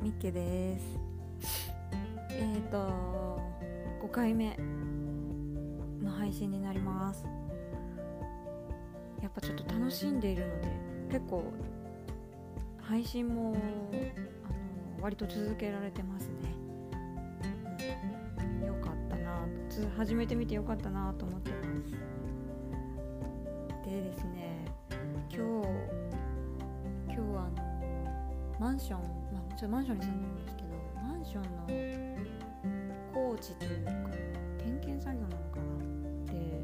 みっけです。5回目の配信になります。やっぱちょっと楽しんでいるので結構配信も割と続けられてますね。よかったな、始めてみてよかったなと思ってます。でですね、今日はマンション、もちろんマンションに住んでるんですけど、マンションの工事というか点検作業なのかなで、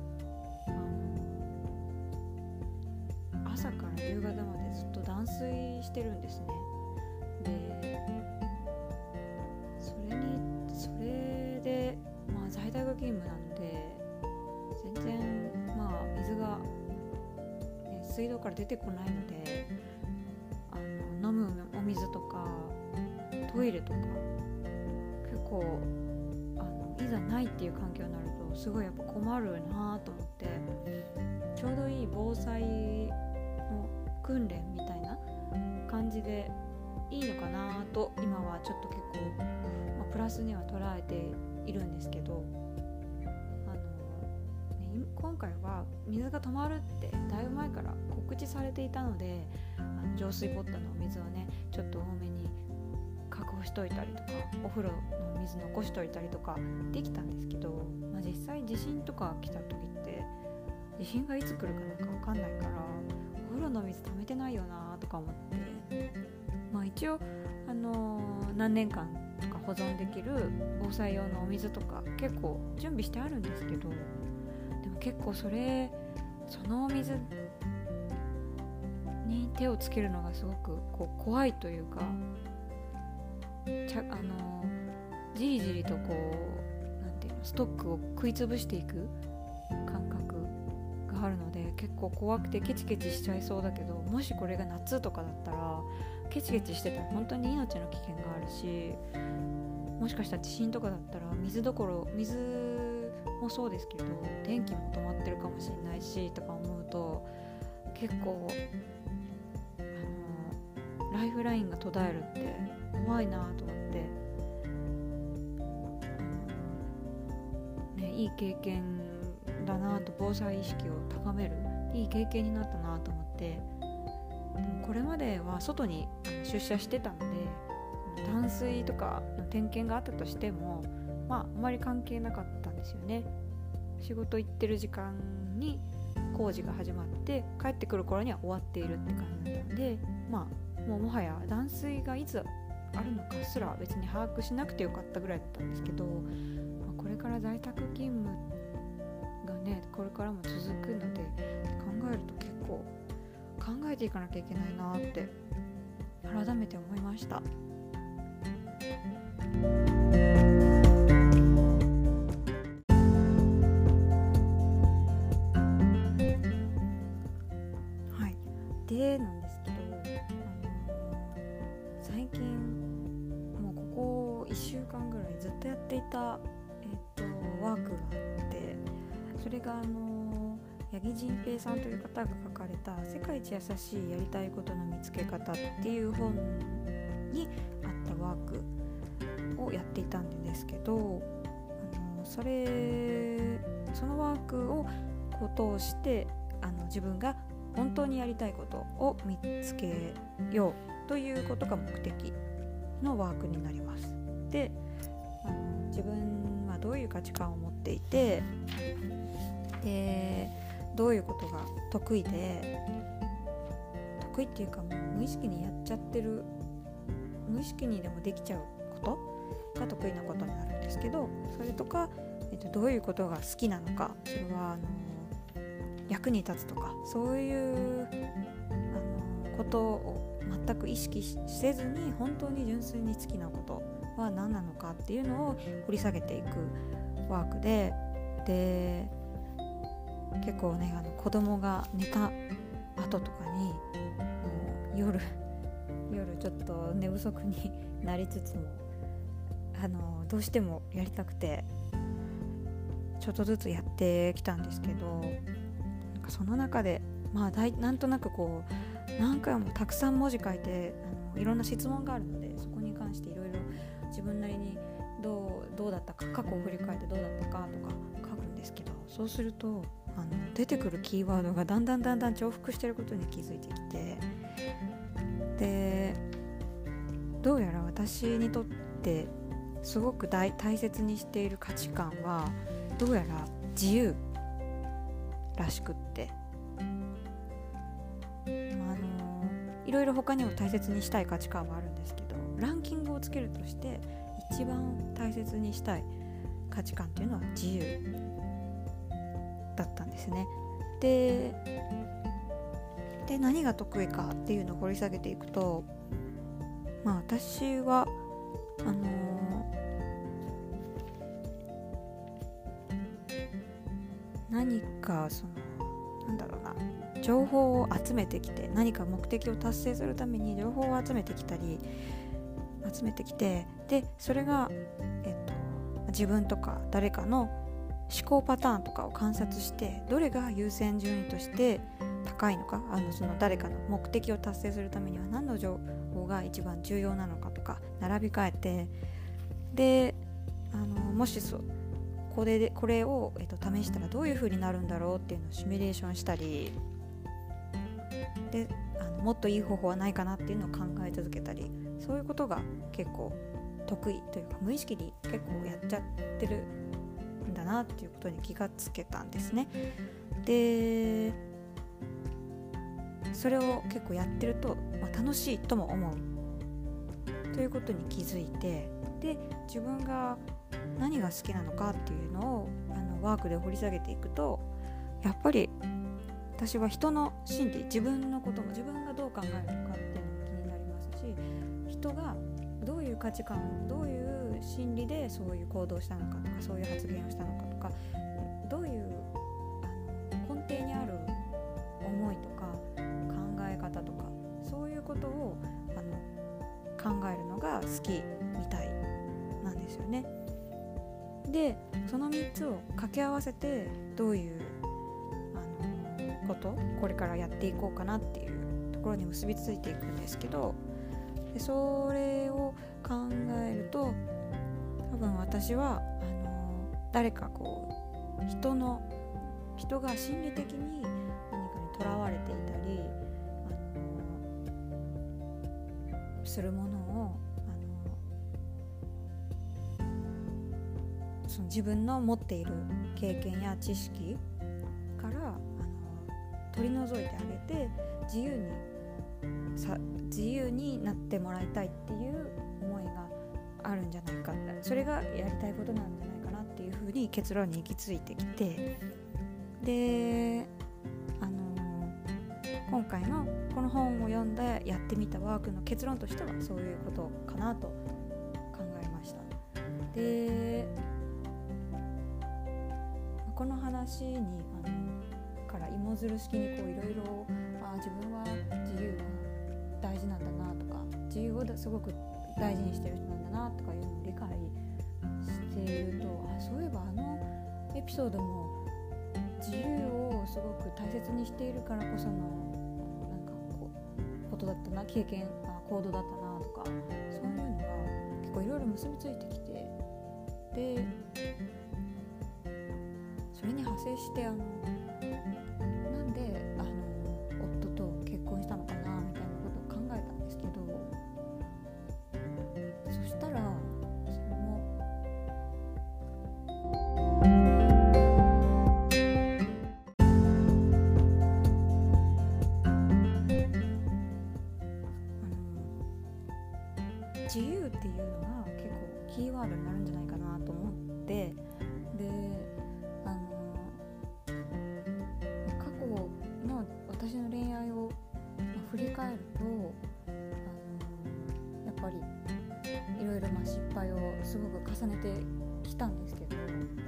朝から夕方までずっと断水してるんですね。でそれで在宅勤務なので全然水が、水道から出てこないので飲むお水とかトイレとか結構いざないっていう環境になるとすごいやっぱ困るなと思って、ちょうどいい防災の訓練みたいな感じでいいのかなと今はちょっと結構、プラスには捉えているんですけど、今回は水が止まるってだいぶ前から告知されていたので、浄水ポットの水をねちょっと多めに確保しといたりとか、お風呂の水残しといたりとかできたんですけど、実際地震とか来た時って地震がいつ来るかなんか分かんないからお風呂の水溜めてないよなとか思って、一応何年間とか保存できる防災用のお水とか結構準備してあるんですけど、でも結構そのお水に手をつけるのがすごく怖いというか、じりじりとなんていうの、ストックを食いつぶしていく感覚があるので結構怖くてケチケチしちゃいそうだけど、もしこれが夏とかだったらケチケチしてたら本当に命の危険があるし、もしかしたら地震とかだったら水もそうですけど電気も止まってるかもしれないしとか思うと結構ライフラインが途絶えるって怖いなと思って、いい経験だなと、防災意識を高めるいい経験になったなと思って、でもこれまでは外に出社してたので断水とかの点検があったとしてもあまり関係なかったんですよね。仕事行ってる時間に工事が始まって帰ってくる頃には終わっているって感じだったので、もはや断水がいつあるのかすら別に把握しなくてよかったぐらいだったんですけど、これから在宅勤務がねこれからも続くので考えると結構考えていかなきゃいけないなって改めて思いました。でなんですけど、最近もうここ1週間ぐらいずっとやっていた、ワークがあって、それが八木仁平さんという方が書かれた世界一優しいやりたいことの見つけ方っていう本にあったワークをやっていたんですけど、そのワークを通して自分が本当にやりたいことを見つけようということが目的のワークになります。で、自分はどういう価値観を持っていて、どういうことが得意っていうかもう無意識にやっちゃってる、無意識にでもできちゃうことが得意なことになるんですけど、それとか、どういうことが好きなのか、それは役に立つとかそういうことを全く意識せずに本当に純粋に好きなことは何なのかっていうのを掘り下げていくワークで、結構ね子供が寝た後とかに夜ちょっと寝不足になりつつもどうしてもやりたくてちょっとずつやってきたんですけど、その中でなんとなく何回もたくさん文字書いていろんな質問があるので、そこに関していろいろ自分なりにどうだったか、過去を振り返ってどうだったかとか書くんですけど、そうすると出てくるキーワードがだんだん重複していることに気づいてきて、でどうやら私にとってすごく大切にしている価値観はどうやら自由らしくって、いろいろ他にも大切にしたい価値観はあるんですけど、ランキングをつけるとして一番大切にしたい価値観というのは自由だったんですね。で何が得意かっていうのを掘り下げていくと、私は何か情報を集めてきて、何か目的を達成するために情報を集めてきて、でそれが、自分とか誰かの思考パターンとかを観察して、どれが優先順位として高いのか、その誰かの目的を達成するためには何の情報が一番重要なのかとか並び替えて、でもしこれを、試したらどういう風になるんだろうっていうのをシミュレーションしたりで、もっといい方法はないかなっていうのを考え続けたり、そういうことが結構得意というか無意識に結構やっちゃってるんだなっていうことに気がつけたんですね。でそれを結構やってると、楽しいとも思うということに気づいて、で自分が何が好きなのかっていうのをワークで掘り下げていくと、やっぱり私は人の心理、自分のことも自分がどう考えるのかっていうのも気になりますし、人がどういう価値観、どういう心理でそういう行動をしたのかとか、そういう発言をしたのかとか、どういう根底にある思いとか考え方とか、そういうことを考えるのが好きみたいなんですよね。でその3つを掛け合わせてどういうことこれからやっていこうかなっていうところに結びついていくんですけど、でそれを考えると、多分私は誰か人が心理的に何かにとらわれていたりするものをその自分の持っている経験や知識から取り除いてあげて、自由になってもらいたいっていう思いがあるんじゃないか、それがやりたいことなんじゃないかなっていうふうに結論に行き着いてきて、で今回のこの本を読んでやってみたワークの結論としてはそういうことかなと考えました。でこの話にから芋づる式にいろいろ自分は自由が大事なんだなとか、自由をすごく大事にしてる人なんだなとかいうのを理解していると、そういえばエピソードも自由をすごく大切にしているからこそのことだったな、経験行動だったなとか、そういうのが結構いろいろ結びついてきて、でそれに派生してなんで夫と結婚したのかなみたいなことを考えたんですけど、そしたらそれも自由っていうのが結構キーワードになるんじゃないかなと思って、で過去の私の恋愛を振り返るとやっぱりいろいろ失敗をすごく重ねてきたんですけど、で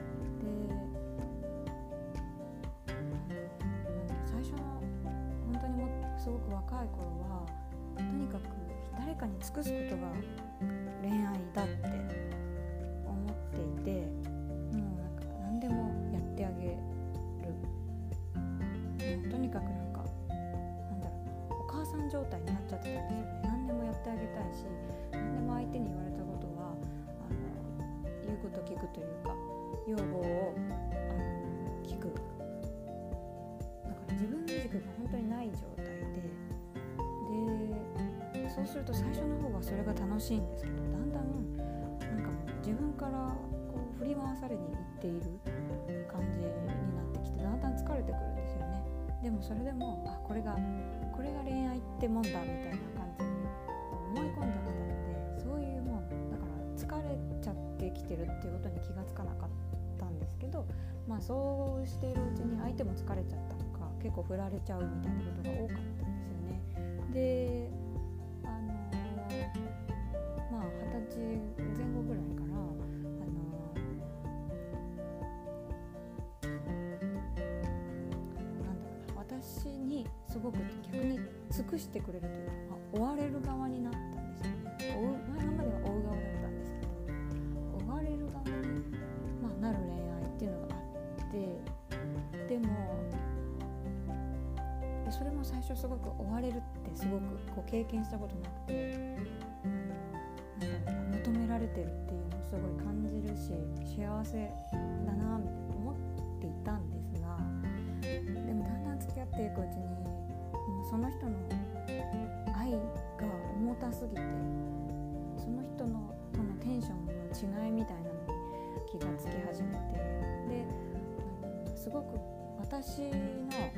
最初の本当にすごく若い頃はとにかく誰かに尽くすことが恋愛だって思っていて、もう何でもやってあげる、もうとにかくお母ささん状態になっちゃってたんですよね。何でもやってあげたいし、何でも相手に言われたことは言うこと聞くというか、要望を聞く。だから自分軸が本当にない状態で、そうすると最初の方はそれが楽しいんですけど、だんだんなんかもう自分からこう振り回されにいっている感じになってきて、だんだん疲れてくるんですよね。でもそれでもこれが恋愛ってもんだみたいな感じに思い込んじゃってたので、そういうもんだから疲れちゃってきてるっていうことに気がつかなかったんですけど、そうしているうちに相手も疲れちゃったのか、結構振られちゃうみたいなことが多かったんですよね。で20歳前後ぐらいから私にすごく逆に尽くしてくれるというか、追われる側になったんですよね。今までは追う側だったんですけど、追われる側に、なる恋愛っていうのがあって、でもそれも最初すごく追われるってすごくこう経験したことなくて、求められてるっていうのをすごい感じるし、幸せだなみたいな思っていたんですが、でもだんだん付き合っていくうちにもうその人の愛が重たすぎて、その人のとのテンションの違いみたいなのに気がつき始めて、ですごく私の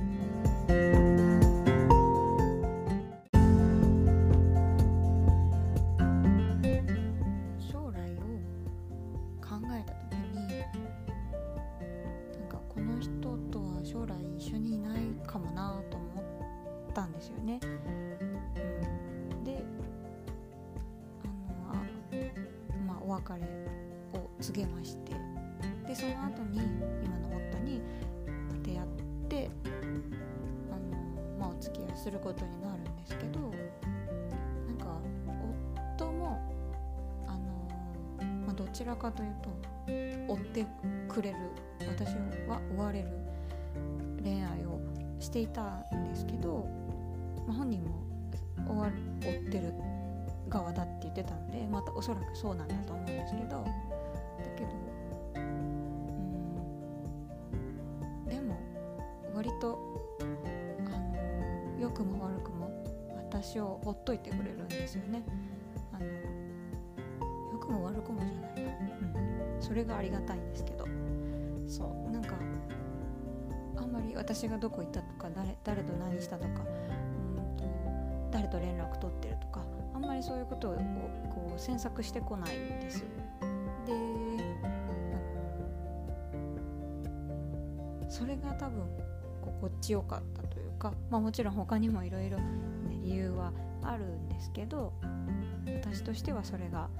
将来を考えた時に、なんかこの人とは将来一緒にいないかもなと思ったんですよね。で、お別れを告げまして、でその後に今の夫に出会って、お付き合いすることになるんですけど、なんか夫もどちらかというと追ってくれる、私は追われる恋愛をしていたんですけど、本人も追ってる側だって言ってたので、またおそらくそうなんだと思うんですけど、だけどでも割と良くも悪くも私をほっといてくれるんですよね。良くも悪くもじゃないな、それがありがたいんですけど、そうなんかあんまり私がどこ行ったとか、誰と何したとか、誰と連絡取ってるとか、あんまりそういうことをこう詮索してこないんです。で、それが多分心地よかったというか、もちろん他にもいろいろ理由はあるんですけど、私としてはそれが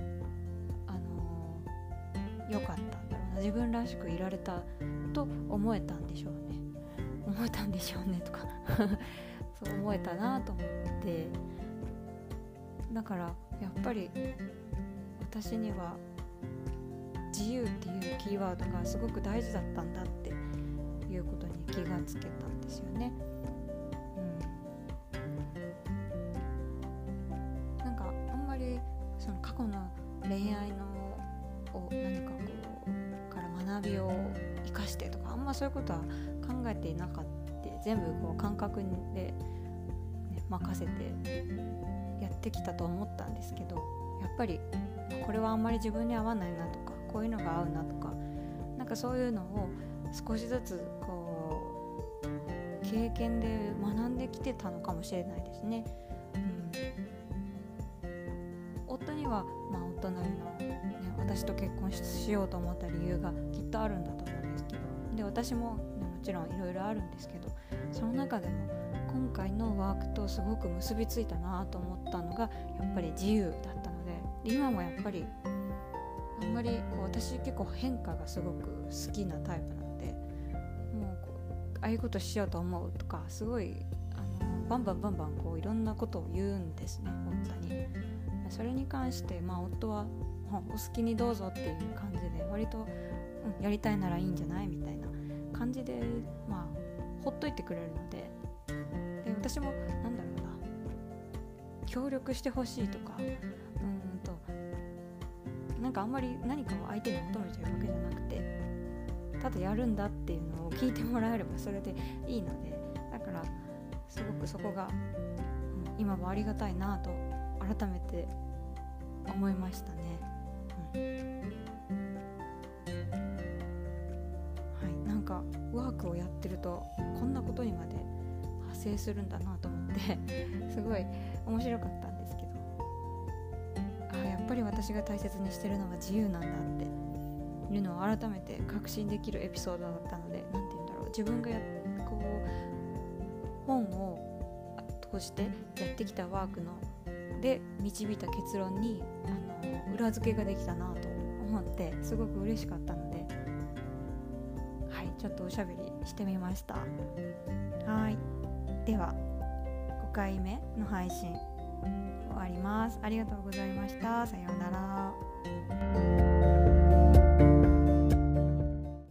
良かったんだろうな、自分らしくいられたと思えたんでしょうねとかそう思えたなと思って、だからやっぱり私には自由っていうキーワードがすごく大事だったんだっていうことに気がつけたんですよね。なんかあんまりその過去の恋愛の何かこうから学びを生かしてとか、あんまそういうことは考えていなかった。全部こう感覚で、任せてやってきたと思ったんですけど、やっぱりこれはあんまり自分に合わないなとか、こういうのが合うなとか、なんかそういうのを少しずつこう経験で学んできてたのかもしれないですね。夫には夫なりの、私と結婚しようと思った理由がきっとあるんだと思うんですけど、で私も、もちろんいろいろあるんですけど、その中でも今回のワークとすごく結びついたなと思ったのがやっぱり自由だったので、今もやっぱりあんまりこう私結構変化がすごく好きなタイプなので、もうああいうことしようと思うとか、すごいバンバンこういろんなことを言うんですね、夫に。それに関して、夫はお好きにどうぞっていう感じで、割と、やりたいならいいんじゃないみたいな感じで、ほっといてくれるので、私も協力してほしいとかなんかあんまり何かを相手に求めてるわけじゃなくて、ただやるんだっていうのを聞いてもらえればそれでいいので、だからすごくそこが、今もありがたいなと改めて思いましたね。はい、なんかワークをやってるとこんなことにまで発生するんだなと思ってすごい面白かったんですけど、やっぱり私が大切にしてるのは自由なんだっていうのを改めて確信できるエピソードだったので、なんて言うんだろう、自分がこう本を通してやってきたワークので導いた結論に裏付けができたなと思ってすごく嬉しかったので、はい、ちょっとおしゃべりしてみました。はい、では5回目の配信終わります。ありがとうございました。さようなら。